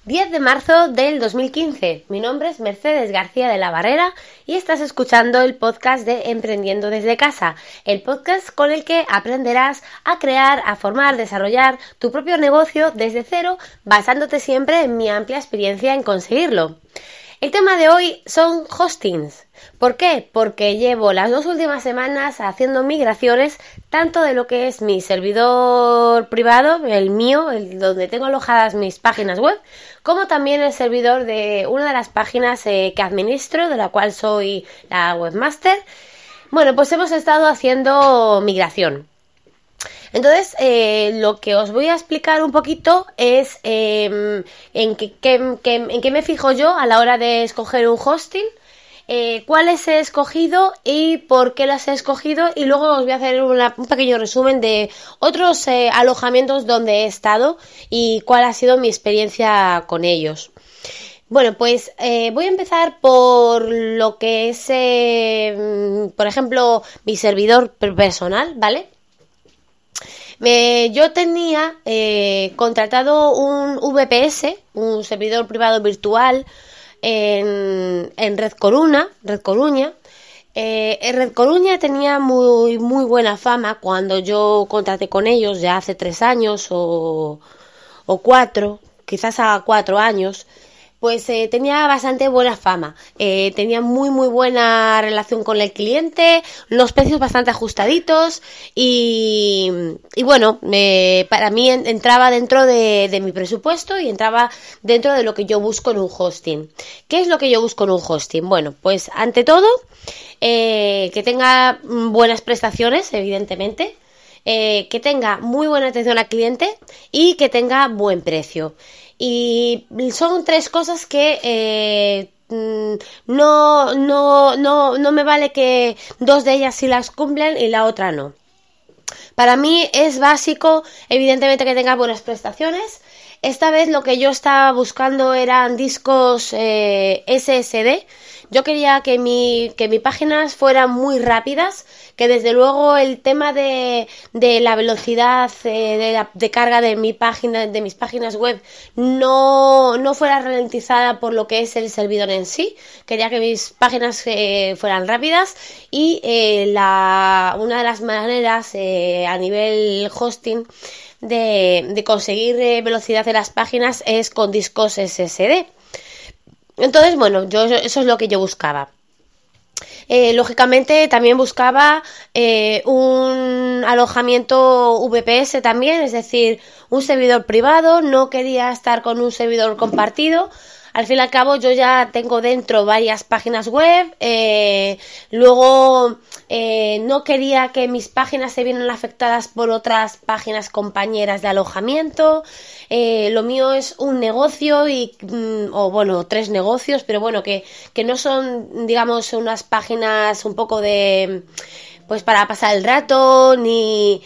10 de marzo del 2015. Mi nombre es Mercedes García de la Barrera y estás escuchando el podcast de Emprendiendo desde casa, el podcast con el que aprenderás a crear, a formar, desarrollar tu propio negocio desde cero, basándote siempre en mi amplia experiencia en conseguirlo. El tema de hoy son hostings. ¿Por qué? Porque llevo las 2 últimas semanas haciendo migraciones tanto de lo que es mi servidor privado, el mío, donde tengo alojadas mis páginas web, como también el servidor de una de las páginas que administro, de la cual soy la webmaster. Bueno, pues hemos estado haciendo migración. Entonces, lo que os voy a explicar un poquito es en qué me fijo yo a la hora de escoger un hosting, cuáles he escogido y por qué las he escogido, y luego os voy a hacer un pequeño resumen de otros alojamientos donde he estado y cuál ha sido mi experiencia con ellos. Bueno, pues voy a empezar por lo que es, por ejemplo, mi servidor personal, ¿vale? Yo tenía contratado un VPS, un servidor privado virtual, en Red Coruña. Red Coruña tenía muy buena fama cuando yo contraté con ellos, ya hace 3 años o 4, quizás a 4 años. Pues tenía bastante buena fama, tenía muy buena relación con el cliente, los precios bastante ajustaditos y bueno, para mí entraba dentro de mi presupuesto y entraba dentro de lo que yo busco en un hosting. ¿Qué es lo que yo busco en un hosting? Bueno, pues ante todo, que tenga buenas prestaciones, evidentemente, que tenga muy buena atención al cliente y que tenga buen precio. Y son 3 cosas que no me vale que 2 de ellas sí las cumplen y la otra no. Para mí es básico, evidentemente, que tenga buenas prestaciones. Esta vez lo que yo estaba buscando eran discos SSD. Yo quería que mis páginas fueran muy rápidas, que desde luego el tema de la velocidad de carga de mis páginas web no fuera ralentizada por lo que es el servidor en sí. Quería que mis páginas fueran rápidas y una de las maneras a nivel hosting de conseguir velocidad de las páginas es con discos SSD. Entonces, bueno, eso es lo que yo buscaba. Lógicamente también buscaba un alojamiento VPS también, es decir, un servidor privado. No quería estar con un servidor compartido. Al fin y al cabo yo ya tengo dentro varias páginas web, luego no quería que mis páginas se vieran afectadas por otras páginas compañeras de alojamiento. Lo mío es un negocio o bueno, 3 negocios, pero bueno, que no son, digamos, unas páginas un poco de... pues para pasar el rato, ni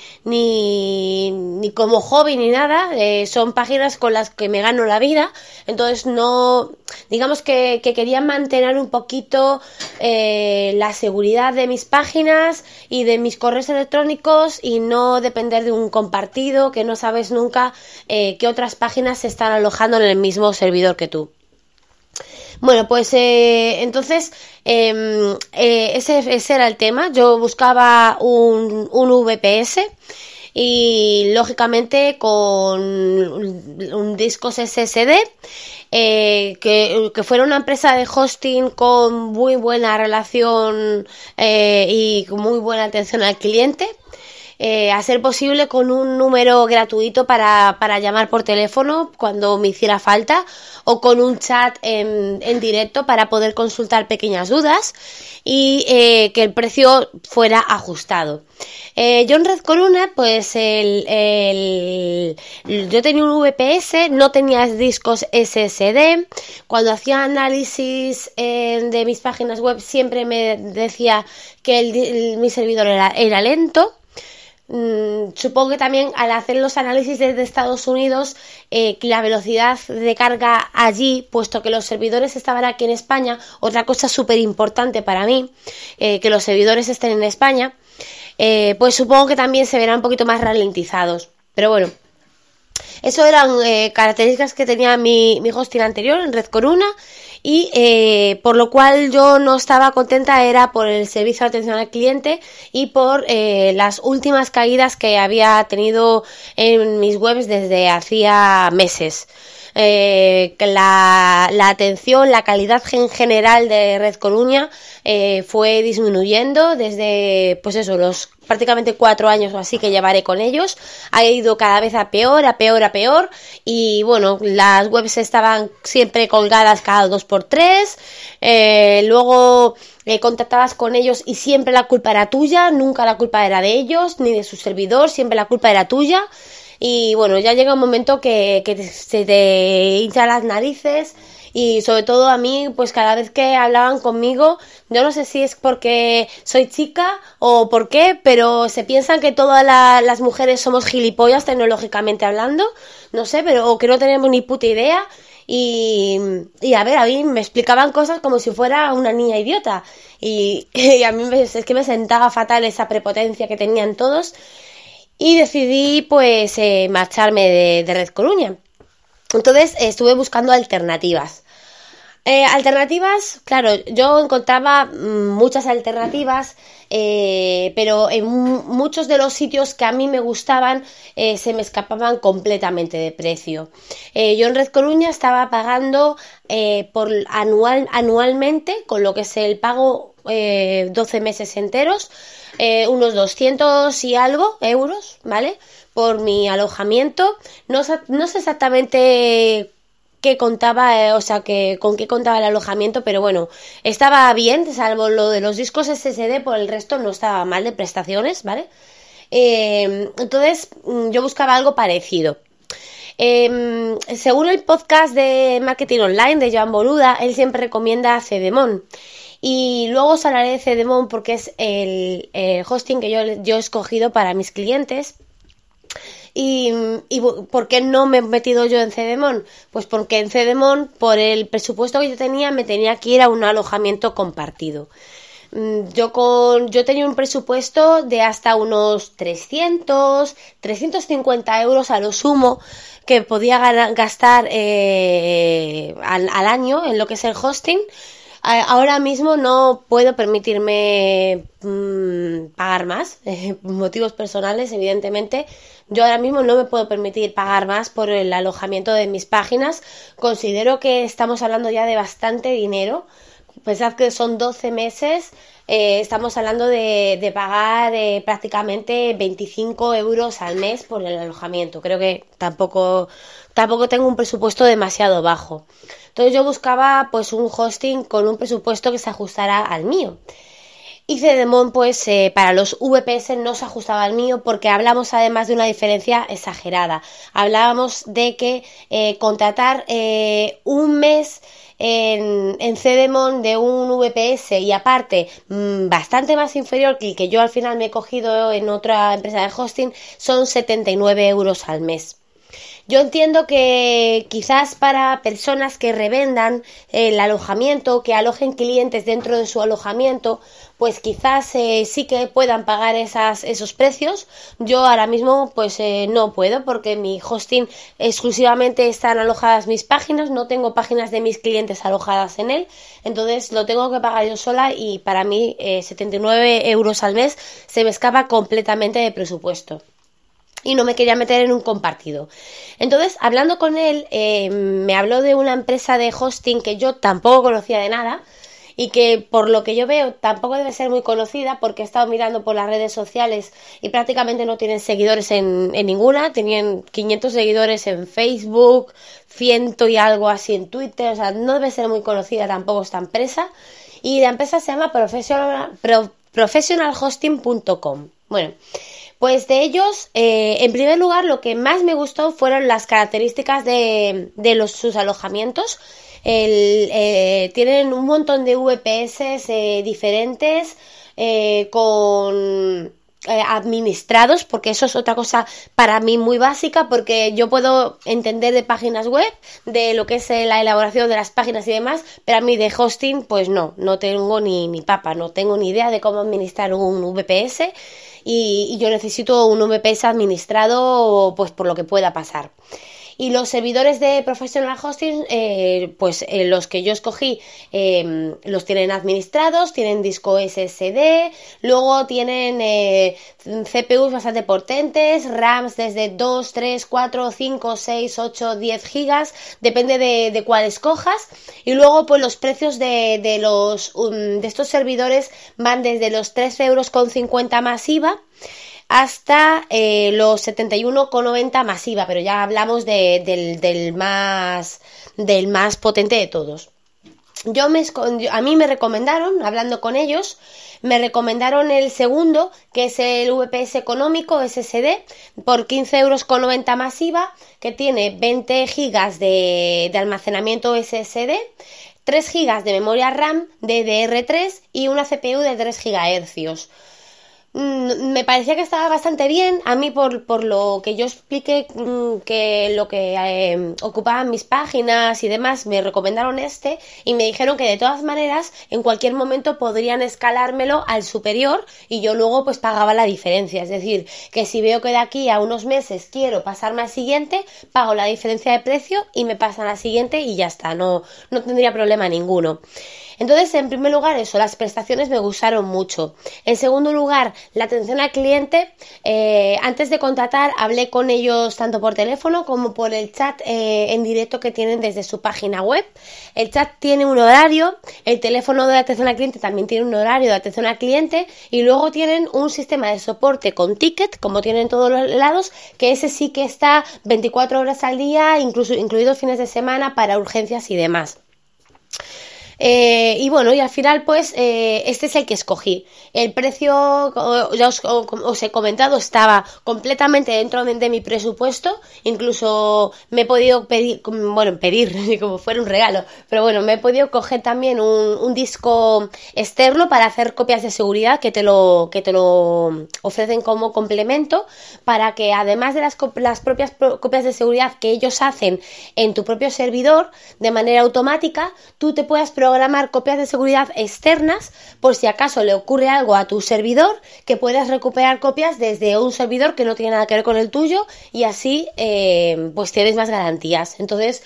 como hobby ni nada. Son páginas con las que me gano la vida. Entonces no, digamos que quería mantener un poquito la seguridad de mis páginas y de mis correos electrónicos y no depender de un compartido que no sabes nunca qué otras páginas se están alojando en el mismo servidor que tú. Bueno, pues entonces ese era el tema. Yo buscaba un VPS y lógicamente con un discos SSD que fuera una empresa de hosting con muy buena relación y con muy buena atención al cliente. A ser posible con un número gratuito para llamar por teléfono cuando me hiciera falta, o con un chat en directo para poder consultar pequeñas dudas y que el precio fuera ajustado. Yo en Red Coruña, pues yo tenía un VPS, no tenía discos SSD. Cuando hacía análisis de mis páginas web siempre me decía que mi servidor era lento. Supongo que también al hacer los análisis desde Estados Unidos, la velocidad de carga allí, puesto que los servidores estaban aquí en España, otra cosa súper importante para mí, que los servidores estén en España, pues supongo que también se verán un poquito más ralentizados. Pero bueno, Eso eran características que tenía mi hosting anterior en Red Corona, y por lo cual yo no estaba contenta era por el servicio de atención al cliente y por las últimas caídas que había tenido en mis webs desde hacía meses. La atención, la calidad en general de Red Coruña fue disminuyendo desde, pues eso, los prácticamente 4 años o así que llevaré con ellos. Ha ido cada vez a peor, a peor, a peor, y bueno, las webs estaban siempre colgadas cada 2x3, luego contactabas con ellos y siempre la culpa era tuya, nunca la culpa era de ellos ni de su servidor, siempre la culpa era tuya. Y bueno, ya llega un momento que se te hinchan las narices, y sobre todo a mí, pues cada vez que hablaban conmigo, yo no sé si es porque soy chica o por qué, pero se piensan que todas las mujeres somos gilipollas tecnológicamente hablando, no sé, pero o que no tenemos ni puta idea. Y a ver, a mí me explicaban cosas como si fuera una niña idiota, y a mí es que me sentaba fatal esa prepotencia que tenían todos. Y decidí pues marcharme de Red Coruña. Entonces estuve buscando alternativas. Alternativas, claro, yo encontraba muchas alternativas, pero en muchos de los sitios que a mí me gustaban se me escapaban completamente de precio. Yo en Red Coruña estaba pagando anualmente, con lo que es el pago 12 meses enteros, unos 200 y algo euros, ¿vale? Por mi alojamiento. No sé exactamente qué contaba, con qué contaba el alojamiento, pero bueno, estaba bien, salvo lo de los discos SSD, por el resto no estaba mal de prestaciones, ¿vale? Entonces yo buscaba algo parecido. Según el podcast de Marketing Online de Joan Boluda, él siempre recomienda Cedemon. Y luego os hablaré de Cedemon porque es el hosting que yo he escogido para mis clientes. ¿Y por qué no me he metido yo en Cedemon? Pues porque en Cedemon, por el presupuesto que yo tenía, me tenía que ir a un alojamiento compartido. Yo tenía un presupuesto de hasta unos 350 euros a lo sumo que podía gastar al año en lo que es el hosting. Ahora mismo no puedo permitirme pagar más, motivos personales, evidentemente. Yo ahora mismo no me puedo permitir pagar más por el alojamiento de mis páginas. Considero que estamos hablando ya de bastante dinero. Pensad que son 12 meses, estamos hablando de pagar prácticamente 25 euros al mes por el alojamiento. Creo que tampoco tengo un presupuesto demasiado bajo. Entonces yo buscaba pues un hosting con un presupuesto que se ajustara al mío. Y Cedemon pues para los VPS no se ajustaba al mío, porque hablamos además de una diferencia exagerada. Hablábamos de que contratar un mes en Cedemon de un VPS y aparte bastante más inferior que el que yo al final me he cogido en otra empresa de hosting son 79 euros al mes. Yo entiendo que quizás para personas que revendan el alojamiento, que alojen clientes dentro de su alojamiento, pues quizás sí que puedan pagar esos precios. Yo ahora mismo pues no puedo, porque mi hosting exclusivamente están alojadas mis páginas, no tengo páginas de mis clientes alojadas en él, entonces lo tengo que pagar yo sola, y para mí 79 euros al mes se me escapa completamente de presupuesto. Y no me quería meter en un compartido. Entonces, hablando con él, me habló de una empresa de hosting que yo tampoco conocía de nada, y que por lo que yo veo tampoco debe ser muy conocida, porque he estado mirando por las redes sociales y prácticamente no tienen seguidores en ninguna. Tenían 500 seguidores en Facebook, 100 y algo así en Twitter, o sea, no debe ser muy conocida tampoco esta empresa. Y la empresa se llama professionalhosting.com. Bueno, pues de ellos, en primer lugar, lo que más me gustó fueron las características de sus alojamientos. Tienen un montón de VPS diferentes, con administrados, porque eso es otra cosa para mí muy básica, porque yo puedo entender de páginas web, de lo que es la elaboración de las páginas y demás, pero a mí de hosting pues no tengo ni papa, no tengo ni idea de cómo administrar un VPS y yo necesito un VPS administrado pues por lo que pueda pasar. Y los servidores de Professional Hosting, los que yo escogí, los tienen administrados, tienen disco SSD, luego tienen CPUs bastante potentes, RAMs desde 2, 3, 4, 5, 6, 8, 10 gigas, depende de cuál escojas. Y luego pues los precios de estos servidores van desde los 13,50 € más IVA hasta los 71,90 más IVA, pero ya hablamos del más potente de todos. A mí me recomendaron, hablando con ellos, me recomendaron el segundo, que es el VPS económico SSD, por 15,90 € más IVA, que tiene 20 gigas de almacenamiento SSD, 3 gigas de memoria RAM DDR3 y una CPU de 3 GHz. Me parecía que estaba bastante bien. A mí por lo que yo expliqué, que lo que ocupaban mis páginas y demás, me recomendaron y me dijeron que de todas maneras en cualquier momento podrían escalármelo al superior y yo luego pues pagaba la diferencia. Es decir, que si veo que de aquí a unos meses quiero pasarme al siguiente, pago la diferencia de precio y me pasan al siguiente y ya está, no tendría problema ninguno. Entonces, en primer lugar, las prestaciones me gustaron mucho. En segundo lugar, la atención al cliente. Antes de contratar, hablé con ellos tanto por teléfono como por el chat en directo que tienen desde su página web. El chat tiene un horario, el teléfono de atención al cliente también tiene un horario de atención al cliente y luego tienen un sistema de soporte con ticket, como tienen todos los lados, que ese sí que está 24 horas al día, incluidos fines de semana para urgencias y demás. Y al final pues este es el que escogí. El precio, ya os he comentado, estaba completamente dentro de mi presupuesto. Incluso me he podido pedir como fuera un regalo, pero bueno, me he podido coger también un disco externo para hacer copias de seguridad que te lo ofrecen como complemento, para que además de las propias copias de seguridad que ellos hacen en tu propio servidor de manera automática, tú te puedas programar copias de seguridad externas por si acaso le ocurre algo a tu servidor, que puedas recuperar copias desde un servidor que no tiene nada que ver con el tuyo y así pues tienes más garantías. Entonces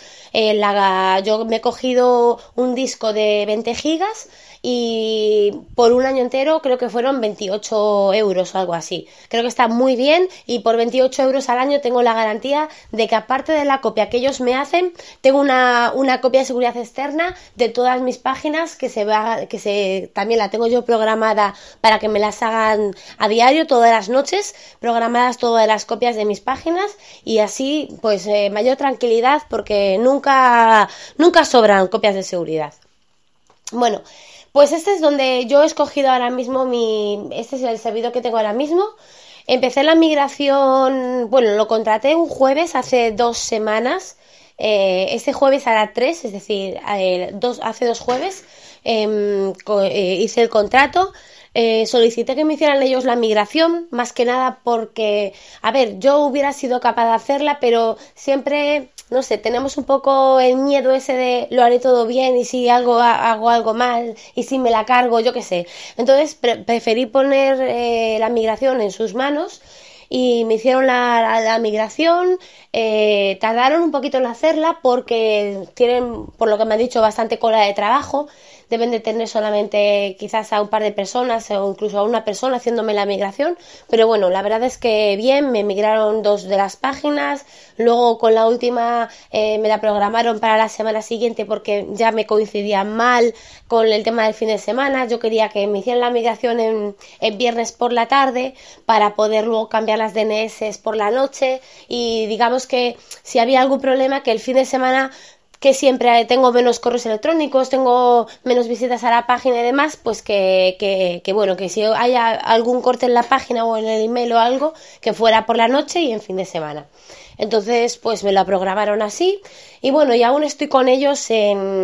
yo me he cogido un disco de 20 gigas y por un año entero creo que fueron 28 € o algo así. Creo que está muy bien y por 28 € al año tengo la garantía de que aparte de la copia que ellos me hacen, tengo una copia de seguridad externa de todas mis páginas también la tengo yo programada para que me las hagan a diario, todas las noches, programadas todas las copias de mis páginas y así pues mayor tranquilidad porque nunca sobran copias de seguridad. Bueno, pues este es donde yo he escogido ahora mismo este es el servidor que tengo ahora mismo. Empecé la migración, lo contraté un jueves hace 2 semanas. Este jueves a las 3, es decir, hace 2 jueves hice el contrato. Solicité que me hicieran ellos la migración, más que nada porque, yo hubiera sido capaz de hacerla, pero siempre, no sé, tenemos un poco el miedo ese de lo haré todo bien y si hago algo mal y si me la cargo, yo qué sé. Entonces preferí poner la migración en sus manos y me hicieron la migración. Tardaron un poquito en hacerla porque tienen, por lo que me han dicho, bastante cola de trabajo. Deben de tener solamente quizás a un par de personas o incluso a una persona haciéndome la migración, pero bueno, la verdad es que bien, me migraron 2 de las páginas, luego con la última me la programaron para la semana siguiente porque ya me coincidía mal con el tema del fin de semana. Yo quería que me hicieran la migración en viernes por la tarde para poder luego cambiar las DNS por la noche y digamos que si había algún problema que el fin de semana, que siempre tengo menos correos electrónicos, tengo menos visitas a la página y demás, pues que si haya algún corte en la página o en el email o algo, que fuera por la noche y en fin de semana. Entonces, pues me la programaron así y y aún estoy con ellos en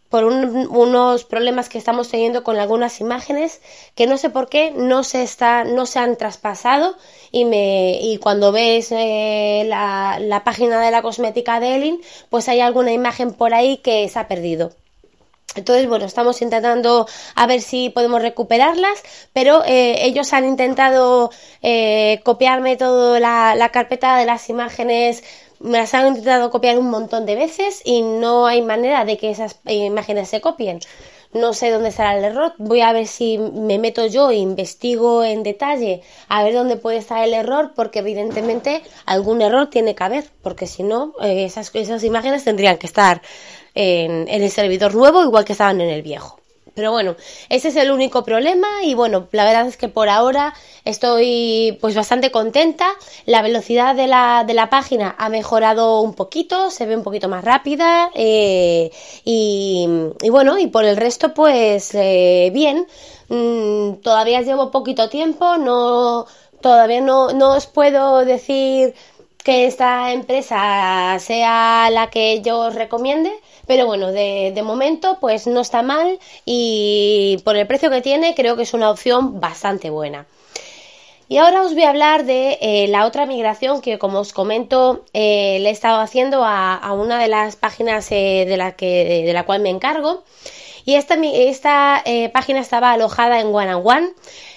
por unos problemas que estamos teniendo con algunas imágenes que no sé por qué no se han traspasado y cuando ves la página de la cosmética de Elin, pues hay alguna imagen por ahí que se ha perdido. Entonces, bueno, estamos intentando a ver si podemos recuperarlas, pero ellos han intentado copiarme toda la carpeta de las imágenes. Me las han intentado copiar un montón de veces y no hay manera de que esas imágenes se copien. No sé dónde estará el error. Voy a ver si me meto yo e investigo en detalle a ver dónde puede estar el error, porque evidentemente algún error tiene que haber, porque si no, esas imágenes tendrían que estar en el servidor nuevo igual que estaban en el viejo. Pero bueno, ese es el único problema y bueno, la verdad es que por ahora estoy pues bastante contenta. La velocidad de la página ha mejorado un poquito, se ve un poquito más rápida y bueno, y por el resto pues bien. Todavía llevo poquito tiempo, todavía no os puedo decir que esta empresa sea la que yo os recomiende, pero bueno, de momento pues no está mal y por el precio que tiene creo que es una opción bastante buena. Y ahora os voy a hablar de la otra migración que, como os comento, le he estado haciendo a una de las páginas de la cual me encargo. Y esta página estaba alojada en One and One.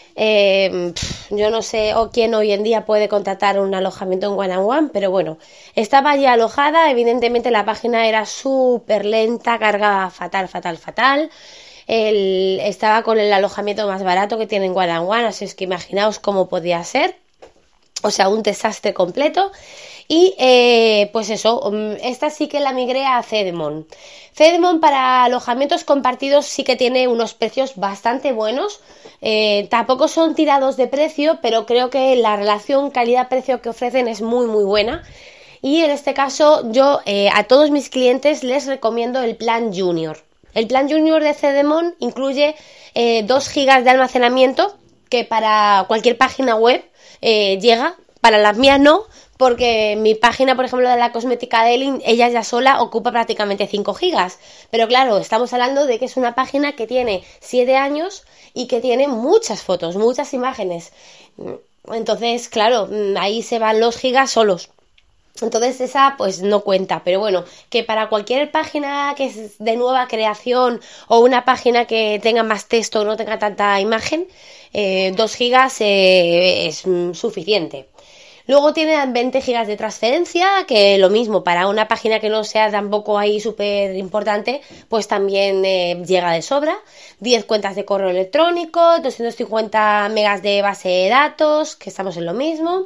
Yo no sé quién hoy en día puede contratar un alojamiento en One and One, pero bueno, estaba allí alojada. Evidentemente la página era súper lenta, cargaba fatal. Estaba con el alojamiento más barato que tiene en One and One, así es que imaginaos cómo podía ser. O sea, un desastre completo. Y pues eso, esta sí que la migré a Cedemon. Cedemon para alojamientos compartidos sí que tiene unos precios bastante buenos. Tampoco son tirados de precio, pero creo que la relación calidad-precio que ofrecen es muy muy buena. Y en este caso yo a todos mis clientes les recomiendo el plan Junior. El plan Junior de Cedemon incluye 2 gigas de almacenamiento que para cualquier página web llega, para las mías no, porque mi página, por ejemplo, de la cosmética de Elin, ella ya sola ocupa prácticamente 5 gigas. Pero claro, estamos hablando de que es una página que tiene 7 años y que tiene muchas fotos, muchas imágenes. Entonces, claro, ahí se van los gigas solos. Entonces esa pues no cuenta, pero bueno, que para cualquier página que es de nueva creación o una página que tenga más texto o no tenga tanta imagen, 2 gigas es suficiente. Luego tiene 20 gigas de transferencia, que lo mismo, para una página que no sea tampoco ahí súper importante, pues también llega de sobra. 10 cuentas de correo electrónico, 250 megas de base de datos, que estamos en lo mismo.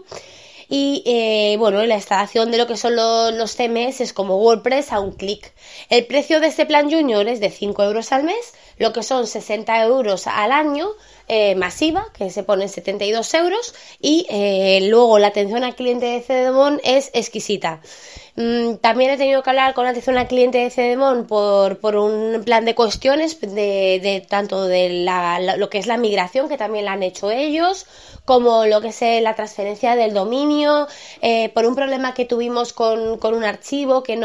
Y bueno, la instalación de lo que son los CMS es como WordPress a un clic. El precio de este plan Junior es de 5 euros al mes, lo que son 60 euros al año, masiva, que se pone 72 euros, y luego la atención al cliente de Cedemon es exquisita. También he tenido que hablar con la atención al cliente de Cedemon por un plan de cuestiones de tanto de lo que es la migración, que también la han hecho ellos, como lo que es la transferencia del dominio, por un problema que tuvimos con un archivo que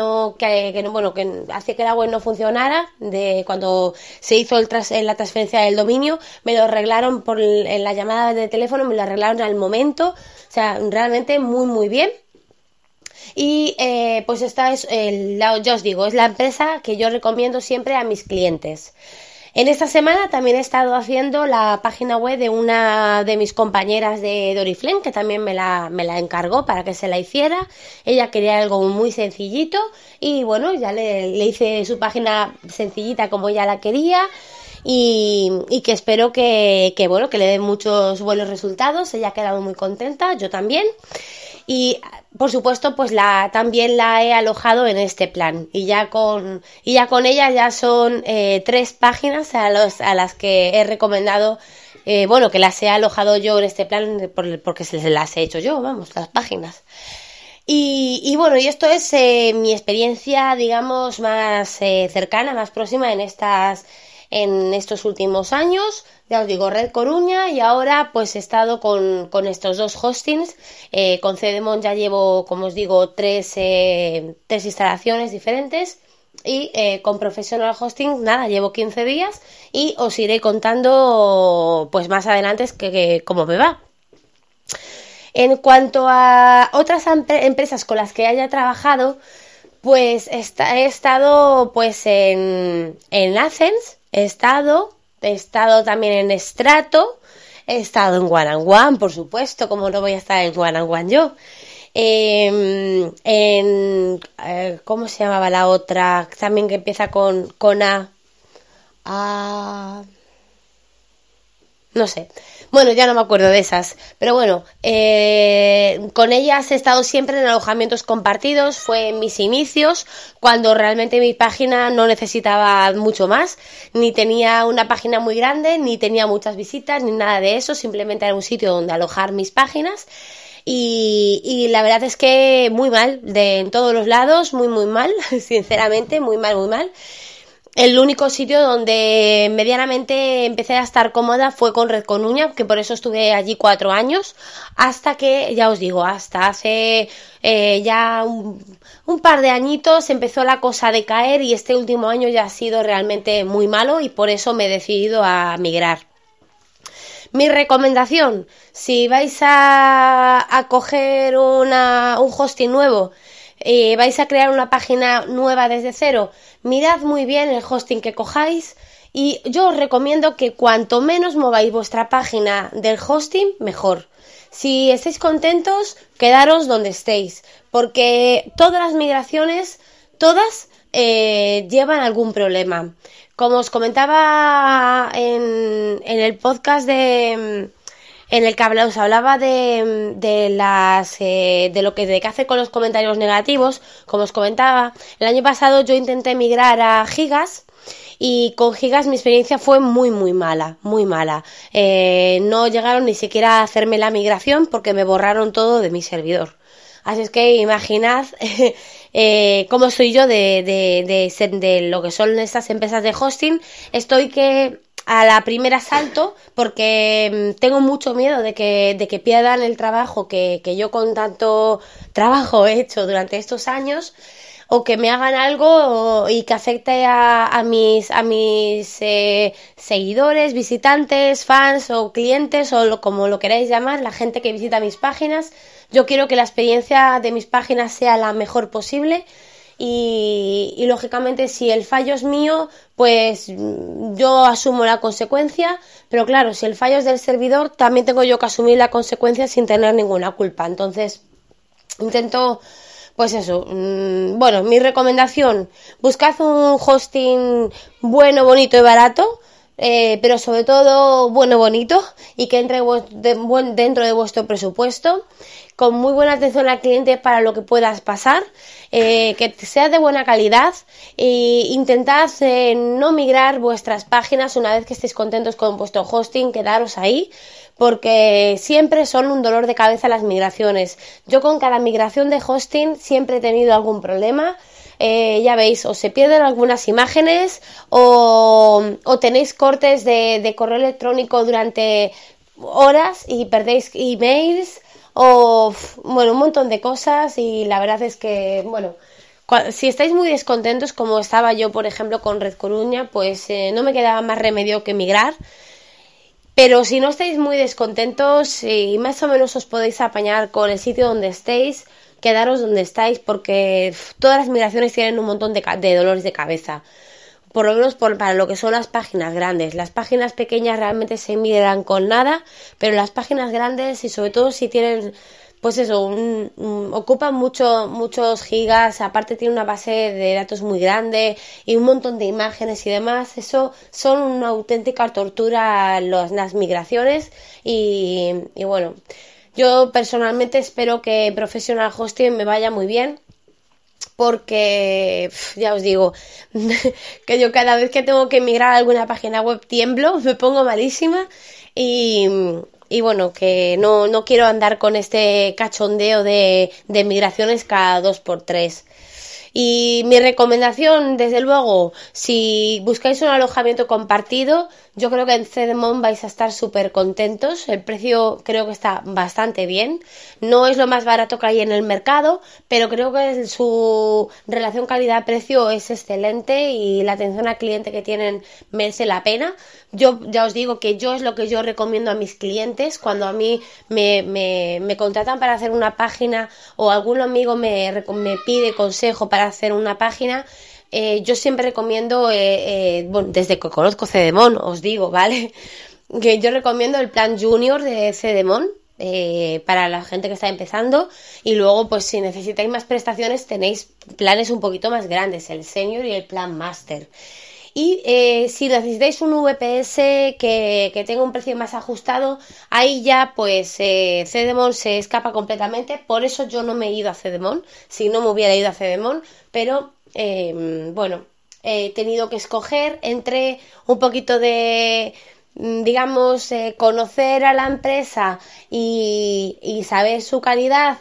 hacía que la web no funcionara, de cuando se hizo la transferencia del dominio, me lo arreglaron en la llamada de teléfono, me lo arreglaron al momento, o sea, realmente muy muy bien. Y pues esta es, ya os digo, es la empresa que yo recomiendo siempre a mis clientes. En esta semana también he estado haciendo la página web de una de mis compañeras de Oriflame, que también me la encargó para que se la hiciera. Ella quería algo muy sencillito y bueno, ya le hice su página sencillita como ella la quería. Y que espero que le dé muchos buenos resultados. Ella ha quedado muy contenta, yo también. Y por supuesto pues también la he alojado en este plan y ya con ella ya son 3 páginas a las que he recomendado, que las he alojado yo en este plan porque se las he hecho yo, vamos, las páginas. Y bueno, y esto es mi experiencia, digamos, más cercana, más próxima en estos últimos años. Ya os digo, Red Coruña, y ahora pues he estado con estos 2 hostings. Con Cedemon ya llevo, como os digo, 3 instalaciones diferentes. y con Professional Hosting, nada, llevo 15 días y os iré contando pues más adelante cómo me va. En cuanto a otras empresas con las que haya trabajado, pues he estado pues en AdSense, he estado también en Strato, he estado en One and One, por supuesto, como no voy a estar en One and One yo. ¿Cómo se llamaba la otra? También que empieza con A. No sé. Bueno, ya no me acuerdo de esas. Pero bueno, con ellas he estado siempre en alojamientos compartidos. Fue en mis inicios, cuando realmente mi página no necesitaba mucho más. Ni tenía una página muy grande, ni tenía muchas visitas, ni nada de eso. Simplemente era un sitio donde alojar mis páginas. Y la verdad es que muy mal, en todos los lados, muy mal, sinceramente, muy mal. El único sitio donde medianamente empecé a estar cómoda fue con Red con Uña, que por eso estuve allí 4 años, hasta que, ya os digo, hasta hace ya un par de añitos empezó la cosa a decaer y este último año ya ha sido realmente muy malo y por eso me he decidido a migrar. Mi recomendación, si vais a coger un hosting nuevo, vais a crear una página nueva desde cero, mirad muy bien el hosting que cojáis y yo os recomiendo que cuanto menos mováis vuestra página del hosting, mejor. Si estáis contentos, quedaros donde estéis, porque todas las migraciones, llevan algún problema. Como os comentaba en el podcast en el que os hablaba de lo que hace con los comentarios negativos, como os comentaba, el año pasado yo intenté migrar a Gigas y con Gigas mi experiencia fue muy mala. No llegaron ni siquiera a hacerme la migración porque me borraron todo de mi servidor. Así es que imaginad cómo soy yo de lo que son estas empresas de hosting. Estoy que a la primera salto porque tengo mucho miedo de que pierdan el trabajo que yo con tanto trabajo he hecho durante estos años, o que me hagan algo y que afecte a mis seguidores, visitantes, fans o clientes o como lo queráis llamar, la gente que visita mis páginas. Yo quiero que la experiencia de mis páginas sea la mejor posible y lógicamente si el fallo es mío, pues yo asumo la consecuencia, pero claro, si el fallo es del servidor, también tengo yo que asumir la consecuencia sin tener ninguna culpa. Entonces, intento, pues eso, bueno, mi recomendación, buscad un hosting bueno, bonito y barato, pero sobre todo bueno, bonito y que entre dentro de vuestro presupuesto, con muy buena atención al cliente para lo que puedas pasar, que sea de buena calidad e intentad no migrar vuestras páginas una vez que estéis contentos con vuestro hosting, quedaros ahí, porque siempre son un dolor de cabeza las migraciones. Yo con cada migración de hosting siempre he tenido algún problema. Ya veis, o se pierden algunas imágenes o tenéis cortes de correo electrónico durante horas y perdéis emails o bueno, un montón de cosas y la verdad es que, bueno, si estáis muy descontentos como estaba yo, por ejemplo, con Red Coruña, pues no me quedaba más remedio que migrar. Pero si no estáis muy descontentos y más o menos os podéis apañar con el sitio donde estéis, quedaros donde estáis porque todas las migraciones tienen un montón de dolores de cabeza. Por lo menos para lo que son las páginas grandes. Las páginas pequeñas realmente se migran con nada, pero las páginas grandes y sobre todo si tienen, pues eso, ocupan muchos gigas, aparte tiene una base de datos muy grande y un montón de imágenes y demás. Eso son una auténtica tortura las migraciones y bueno, yo personalmente espero que Professional Hosting me vaya muy bien. Porque ya os digo que yo cada vez que tengo que migrar a alguna página web tiemblo, me pongo malísima y bueno, que no quiero andar con este cachondeo de migraciones cada 2x3. Y mi recomendación, desde luego, si buscáis un alojamiento compartido, yo creo que en Cedemon vais a estar súper contentos. El precio creo que está bastante bien. No es lo más barato que hay en el mercado, pero creo que su relación calidad-precio es excelente y la atención al cliente que tienen merece la pena. Yo ya os digo que yo es lo que yo recomiendo a mis clientes cuando a mí me contratan para hacer una página o algún amigo me pide consejo para hacer una página. Yo siempre recomiendo, bueno, desde que conozco Cedemon, os digo, ¿vale? Que yo recomiendo el plan Junior de Cedemon para la gente que está empezando, y luego pues si necesitáis más prestaciones tenéis planes un poquito más grandes, el Senior y el plan Master. Y si necesitáis un VPS que tenga un precio más ajustado, ahí ya pues Cedemon se escapa completamente. Por eso yo no me he ido a Cedemon, si no me hubiera ido a Cedemon, pero bueno, he tenido que escoger entre un poquito de, digamos, conocer a la empresa y saber su calidad,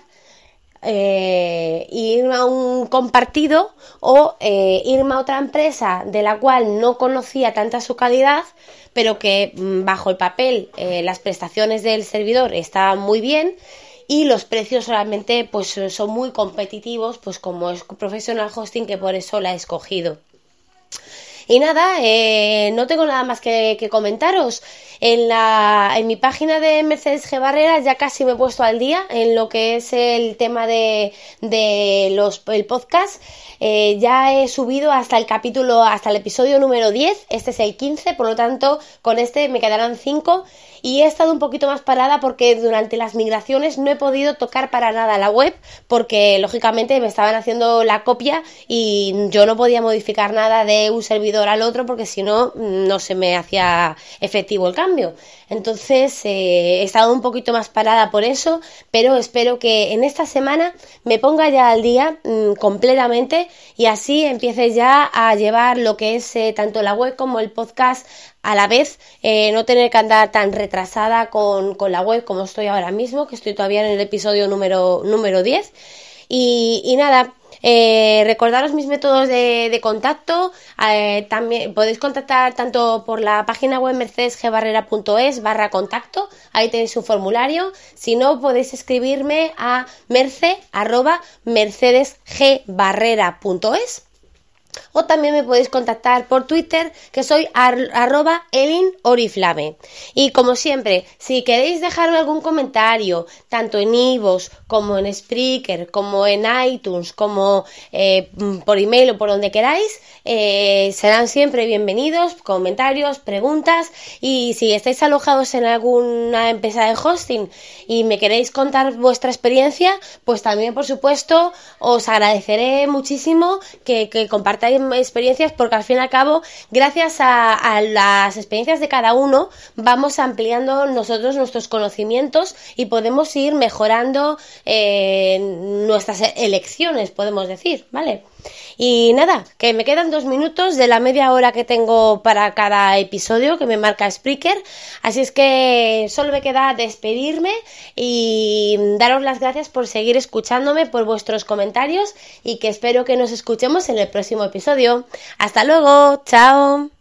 irme a un compartido o irme a otra empresa de la cual no conocía tanta su calidad, pero que bajo el papel las prestaciones del servidor estaban muy bien y los precios realmente pues son muy competitivos, pues como es Professional Hosting, que por eso la he escogido. Y nada, no tengo nada más que comentaros. En mi página de Mercedes G. Barrera ya casi me he puesto al día en lo que es el tema de el podcast. Ya he subido hasta el episodio número 10, este es el 15, por lo tanto con este me quedarán 5. Y he estado un poquito más parada porque durante las migraciones no he podido tocar para nada la web, porque lógicamente me estaban haciendo la copia y yo no podía modificar nada de un servidor al otro, porque si no, no se me hacía efectivo el cambio. Entonces he estado un poquito más parada por eso, pero espero que en esta semana me ponga ya al día completamente y así empiece ya a llevar lo que es tanto la web como el podcast a la vez, no tener que andar tan retrasada con la web como estoy ahora mismo, que estoy todavía en el episodio número 10. Y nada, recordaros mis métodos de contacto. También podéis contactar tanto por la página web mercedesgbarrera.es/contacto, ahí tenéis un formulario. Si no, podéis escribirme a mercedesgbarrera.es. O también me podéis contactar por Twitter, que soy @ElinOriflame. Y como siempre, si queréis dejarme algún comentario, tanto en iVoox como en Spreaker, como en iTunes, como por email o por donde queráis, serán siempre bienvenidos, comentarios, preguntas. Y si estáis alojados en alguna empresa de hosting y me queréis contar vuestra experiencia, pues también, por supuesto, os agradeceré muchísimo que compartáis experiencias, porque al fin y al cabo, gracias a las experiencias de cada uno, vamos ampliando nosotros nuestros conocimientos y podemos ir mejorando nuestras elecciones, podemos decir, ¿vale? Y nada, que me quedan 2 minutos de la media hora que tengo para cada episodio que me marca Spreaker, así es que solo me queda despedirme y daros las gracias por seguir escuchándome, por vuestros comentarios, y que espero que nos escuchemos en el próximo episodio. ¡Hasta luego! ¡Chao!